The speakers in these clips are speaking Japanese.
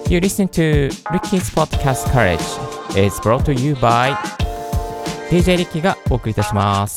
You listen to Ricky's Podcast Courage. It's brought to you by DJ リッキーがお送りいたします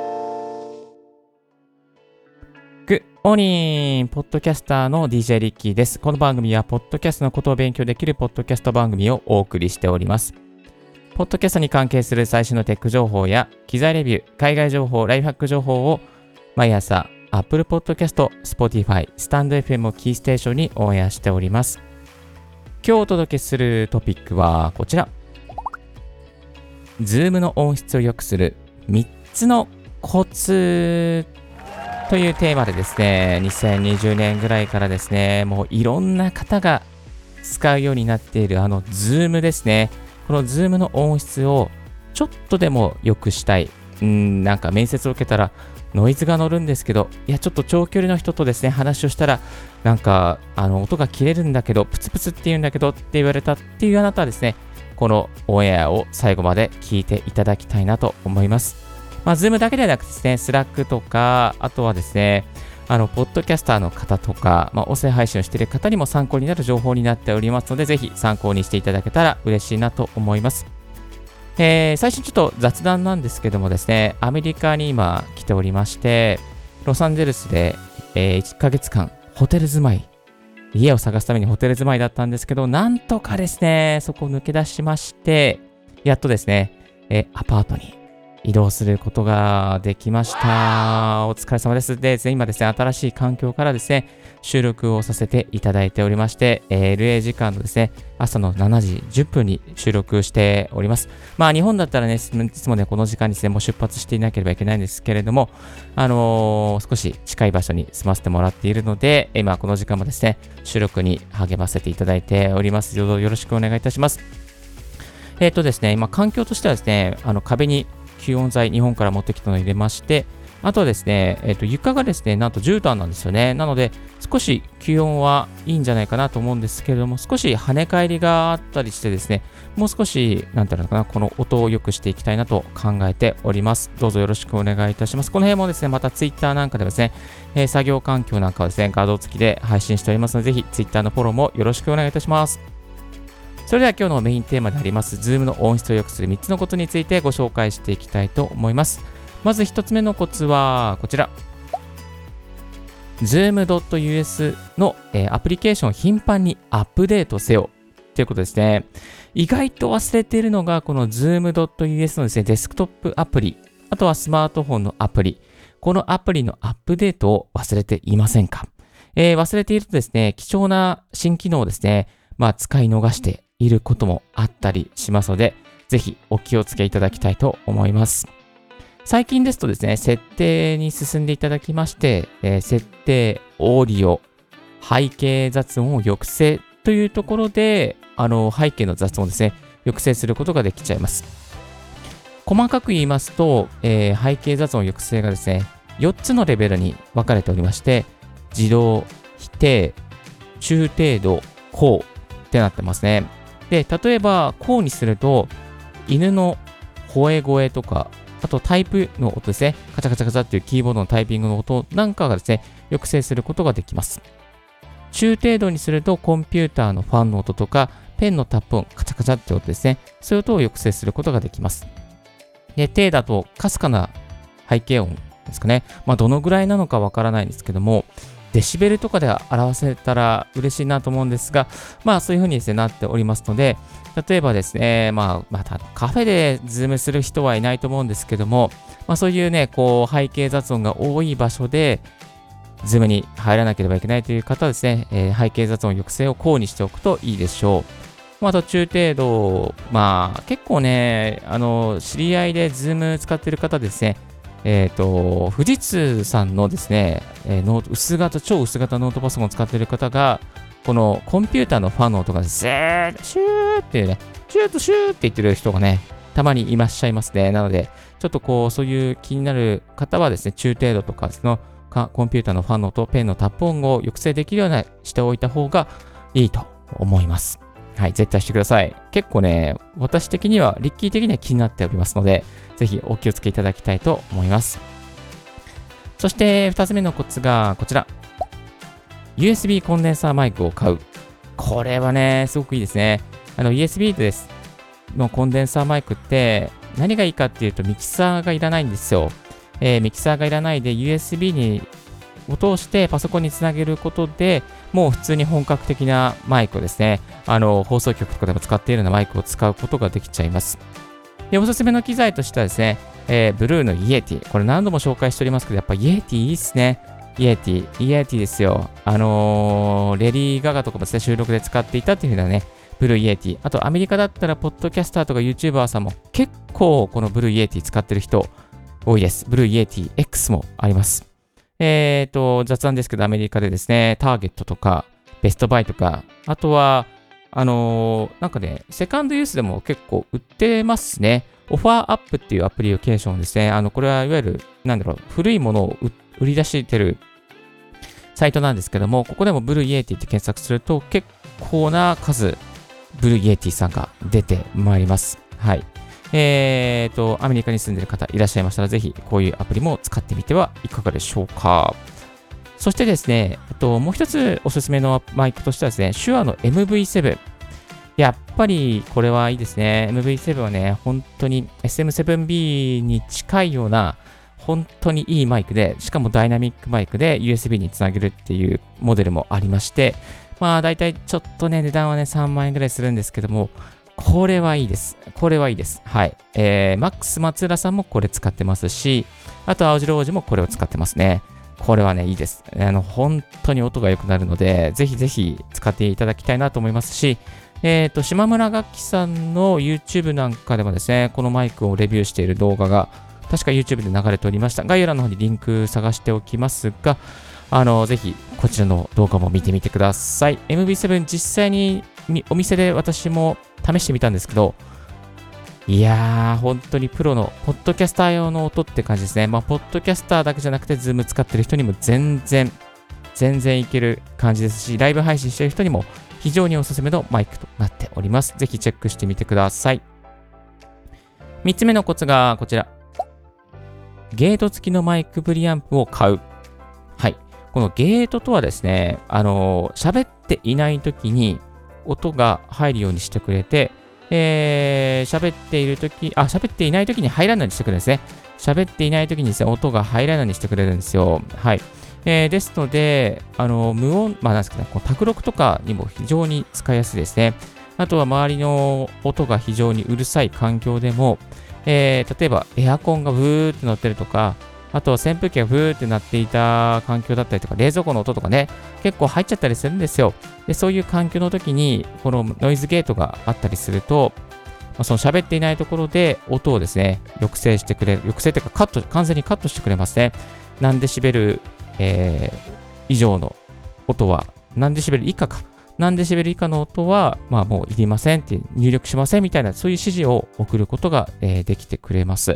。Good morning! ポッドキャスターの DJ リッキーです。この番組はポッドキャストのことを勉強できるポッドキャスト番組をお送りしております。ポッドキャストに関係する最新のテック情報や機材レビュー、海外情報、ライフハック情報を毎朝 Apple Podcast、Spotify、StandFM をキーステーションにオンエアしております。今日お届けするトピックはこちら。Zoom の音質を良くする3つのコツというテーマでですね、2020年ぐらいからですね、もういろんな方が使うようになっているZoom ですね。この Zoom の音質をちょっとでも良くしたい。なんか面接を受けたらノイズが乗るんですけど、いやちょっと長距離の人とですね、話をしたらなんか音が切れるんだけど、プツプツって言うんだけどって言われたっていうあなたはですね、このオンエアを最後まで聞いていただきたいなと思います。Zoom だけではなくてですね、Slack とか、あとはですね、ポッドキャスターの方とか、音声配信をしている方にも参考になる情報になっておりますので、ぜひ参考にしていただけたら嬉しいなと思います。最初ちょっと雑談なんですけどもですね、アメリカに今来ておりまして、ロサンゼルスで、1ヶ月間ホテル住まい、家を探すためにホテル住まいだったんですけど、なんとかですね、そこを抜け出しまして、やっとですね、アパートに移動することができました。お疲れ様です。で、今ですね、新しい環境からですね、収録をさせていただいておりまして、LA 時間のですね、朝の7時10分に収録しております。日本だったらね、いつもね、この時間にですね、もう出発していなければいけないんですけれども、少し近い場所に住ませてもらっているので、今この時間もですね、収録に励ませていただいております。どうぞよろしくお願いいたします。ですね、今環境としてはですね、壁に吸音材日本から持ってきたのを入れまして、あとはですね、床がですね、なんと絨毯なんですよね。なので、少し吸音はいいんじゃないかなと思うんですけれども、少し跳ね返りがあったりしてですね、もう少し、なんていうのかな、この音を良くしていきたいなと考えております。どうぞよろしくお願いいたします。この辺もですね、また Twitter なんかでですね、作業環境なんかはですね、画像付きで配信しておりますので、ぜひ Twitter のフォローもよろしくお願いいたします。それでは今日のメインテーマであります Zoom の音質を良くする3つのコツについてご紹介していきたいと思います。まず1つ目のコツはこちら。Zoom.us の、アプリケーションを頻繁にアップデートせよということですね。意外と忘れているのがこの Zoom.us のですね、デスクトップアプリ、あとはスマートフォンのアプリ、このアプリのアップデートを忘れていませんか？忘れているとですね、貴重な新機能をですね、使い逃していることもあったりしますので、ぜひお気をつけいただきたいと思います。最近ですとですね、設定に進んでいただきまして、設定、オーディオ、背景雑音を抑制というところで、背景の雑音をですね、抑制することができちゃいます。細かく言いますと、背景雑音抑制がですね、4つのレベルに分かれておりまして、自動、否定、中程度、高ってなってますね。で、例えば、こうにすると、犬の吠え声とか、あとタイプの音ですね、カチャカチャカチャっていうキーボードのタイピングの音なんかがですね、抑制することができます。中程度にすると、コンピューターのファンの音とか、ペンのタップ音、カチャカチャって音ですね、そういう音を抑制することができます。で、低だと、かすかな背景音ですかね。どのぐらいなのかわからないんですけども、デシベルとかで表せたら嬉しいなと思うんですが、そういう風にですね、なっておりますので、例えばですね、またカフェでズームする人はいないと思うんですけども、そういうね、背景雑音が多い場所で、ズームに入らなければいけないという方はですね、背景雑音抑制をこうにしておくといいでしょう。あと中程度、結構ね、知り合いでズーム使っている方ですね、富士通さんのですね、超薄型ノートパソコンを使っている方が、このコンピューターのファンの音がシューってね、シューって言ってる人がね、たまにいらっしゃいますね。なので、ちょっとそういう気になる方はですね、中程度とかコンピューターのファンの音、ペンのタップ音を抑制できるようにしておいた方がいいと思います。はい、絶対してください。結構ね、私的には、リッキー的には気になっておりますので、ぜひお気をつけいただきたいと思います。そして2つ目のコツがこちら。USB コンデンサーマイクを買う。 これはね、すごくいいですね。USB ですのコンデンサーマイクって何がいいかっていうとミキサーがいらないんですよ。ミキサーがいらないで USB にを通してパソコンにつなげることで、もう普通に本格的なマイクをですね、放送局とかでも使っているようなマイクを使うことができちゃいます。で、おすすめの機材としてはですね、ブルーのイエティ。これ何度も紹介しておりますけど、やっぱイエティいいっすね。イエティですよ。レディー・ガガとかもですね、収録で使っていたっていう風なね、ブルーイエティ。あと、アメリカだったら、ポッドキャスターとか YouTuber さんも結構このブルーイエティ使ってる人多いです。ブルーイエティ X もあります。雑談ですけど、アメリカでですね、ターゲットとか、ベストバイとか、あとは、なんかね、セカンドユースでも結構売ってますね。オファーアップっていうアプリケーションですね。これはいわゆる、古いものを売り出してるサイトなんですけども、ここでもブルーイエティって検索すると、結構な数、ブルーイエティさんが出てまいります。はい。アメリカに住んでる方いらっしゃいましたら、ぜひこういうアプリも使ってみてはいかがでしょうか。そしてですね、もう一つおすすめのマイクとしてはですね、手話の MV7。やっぱりこれはいいですね。MV7 はね、本当に SM7B に近いような、本当にいいマイクで、しかもダイナミックマイクで USB につなげるっていうモデルもありまして、まあ大体ちょっとね、値段はね、3万円ぐらいするんですけども、これはいいです。これはいいです。はい。マックス松浦さんもこれ使ってますし、あと青白王子もこれを使ってますね。これはね、いいです。本当に音が良くなるので、ぜひぜひ使っていただきたいなと思いますし、島村楽器さんの YouTube なんかでもですね、このマイクをレビューしている動画が、確か YouTube で流れておりました。概要欄の方にリンク探しておきますが、ぜひこちらの動画も見てみてください。MV7 実際にお店で私も試してみたんですけど、いやー、本当にプロの、ポッドキャスター用の音って感じですね。まあ、ポッドキャスターだけじゃなくて、ズーム使ってる人にも全然いける感じですし、ライブ配信してる人にも非常におすすめのマイクとなっております。ぜひチェックしてみてください。3つ目のコツがこちら。ゲート付きのマイクプリアンプを買う。はい。このゲートとはですね、喋っていない時に音が入るようにしてくれて、喋っていない時に入らないようにしてくれるんですね。喋っていない時にですね、音が入らないようにしてくれるんですよ。はい。ですので、無音、なんですかね、卓録とかにも非常に使いやすいですね。あとは周りの音が非常にうるさい環境でも、例えばエアコンがブーって鳴ってるとか、あと扇風機がブーって鳴っていた環境だったりとか、冷蔵庫の音とかね、結構入っちゃったりするんですよ。で、そういう環境の時に、このノイズゲートがあったりすると、その喋っていないところで音をですね、抑制してくれる。抑制というか完全にカットしてくれますね。何デシベル、以上の音は、何デシベル以下か。何デシベル以下の音は、もういりませんって入力しませんみたいな、そういう指示を送ることが、できてくれます。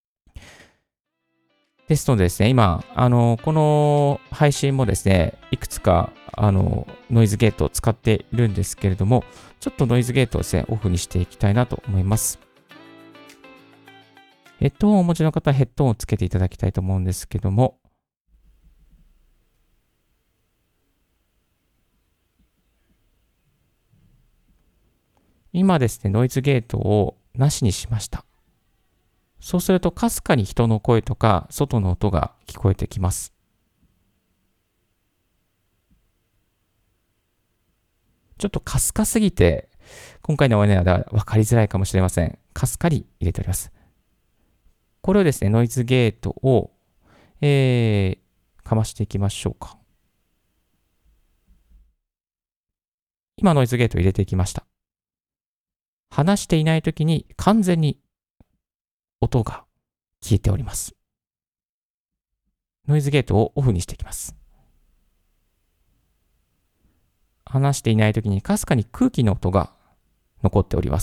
ですのでですね、今、この配信もですね、いくつか、ノイズゲートを使っているんですけれども、ちょっとノイズゲートをですね、オフにしていきたいなと思います。ヘッドホンをお持ちの方はヘッドホンをつけていただきたいと思うんですけども、今ですね、ノイズゲートをなしにしました。そうすると、かすかに人の声とか、外の音が聞こえてきます。ちょっとかすかすぎて、今回のオンエアでは分かりづらいかもしれません。かすかに入れております。これをですね、ノイズゲートを、かましていきましょうか。今、ノイズゲートを入れていきました。話していないときに完全に音が消えております。ノイズゲートをオフにしていきます。話していないときにかすかに空気の音が残っております。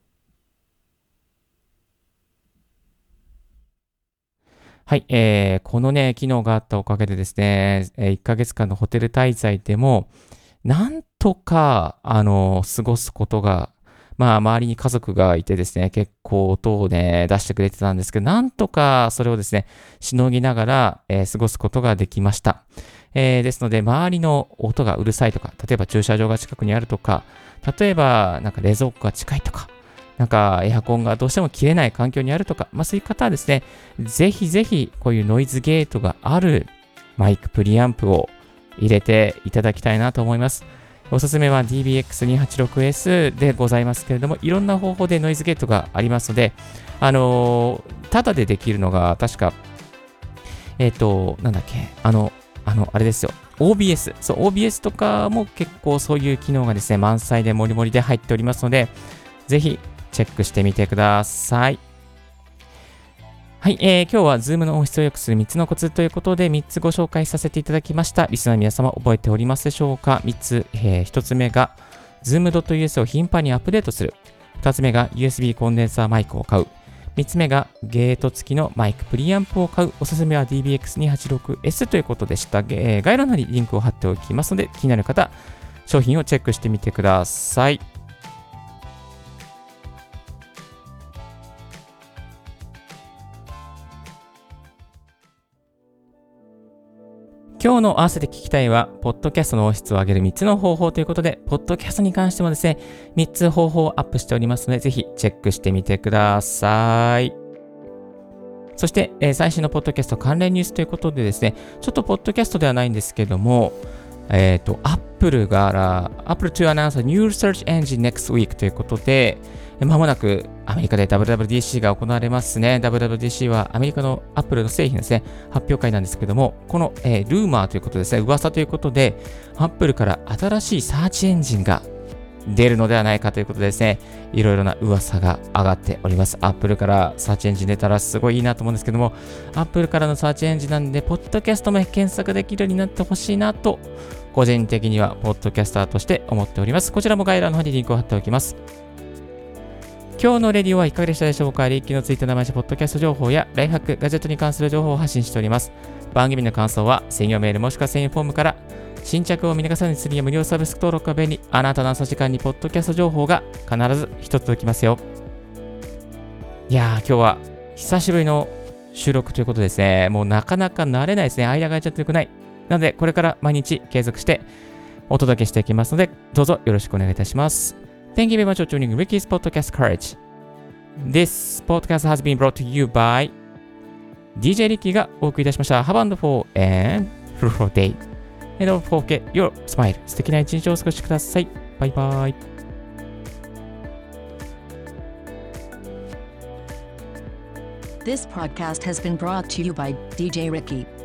はい、このね、機能があったおかげでですね、1ヶ月間のホテル滞在でも、なんとか、過ごすことが、周りに家族がいてですね、結構音をね、出してくれてたんですけど、なんとかそれをですね、しのぎながら、過ごすことができました。 ですので、周りの音がうるさいとか、例えば駐車場が近くにあるとか、例えばなんか冷蔵庫が近いとか、なんかエアコンがどうしても切れない環境にあるとか、そういう方はですね、ぜひぜひこういうノイズゲートがあるマイクプリアンプを入れていただきたいなと思います。おすすめは DBX286S でございますけれども、いろんな方法でノイズゲートがありますので、ただでできるのが確か、なんだっけ、あれですよ。OBS。そう、OBS とかも結構そういう機能がですね、満載でモリモリで入っておりますので、ぜひチェックしてみてください。はい、今日は Zoom の音質を良くする3つのコツということで3つご紹介させていただきました。リスナーの皆様覚えておりますでしょうか？ 3 つ、1つ目が Zoom.us を頻繁にアップデートする。2つ目が USB コンデンサーマイクを買う。3つ目がゲート付きのマイクプリアンプを買う。おすすめは DBX286S ということでした。概要欄にリンクを貼っておきますので、気になる方、商品をチェックしてみてください。今日の合わせて聞きたいは、ポッドキャストの音質を上げる3つの方法ということで、ポッドキャストに関してもですね、3つ方法をアップしておりますので、ぜひチェックしてみてください。そして、最新のポッドキャスト関連ニュースということでですね、ちょっとポッドキャストではないんですけども、Apple が、Apple to announce a new search engine next week ということで、まもなくアメリカで WWDC が行われますね。WWDC はアメリカの Apple の製品ですね、発表会なんですけども、この、ルーマーということですね、噂ということで、Apple から新しいサーチエンジンが出るのではないかということでですね、いろいろな噂が上がっております。Apple からサーチエンジン出たらすごいいいなと思うんですけども、Apple からのサーチエンジンなんで、ポッドキャストも検索できるようになってほしいなと、個人的にはポッドキャスターとして思っております。こちらも概要欄の方にリンクを貼っておきます。今日のレディオはいかがでしたでしょうか？リッキーのツイッター生配信ポッドキャスト情報やライフハック、ガジェットに関する情報を発信しております。番組の感想は専用メールもしくは専用フォームから、新着を見逃さずにするには無料サブスク登録が便利。あなたの朝時間にポッドキャスト情報が必ず一つ届きますよ。いやー、今日は久しぶりの収録ということですね。もうなかなか慣れないですね。間が空いちゃってよくない。なので、これから毎日継続してお届けしていきますので、どうぞよろしくお願いいたします。Thank you very much for tuning Ricky's Podcast Courage. This podcast has been brought to you by DJ Ricky がお送りいたしました。Have a wonderful and fruitful day.And don't forget your smile. 素敵な一日をお過ごしください。バイバイ。 This podcast has been brought to you by DJ Ricky.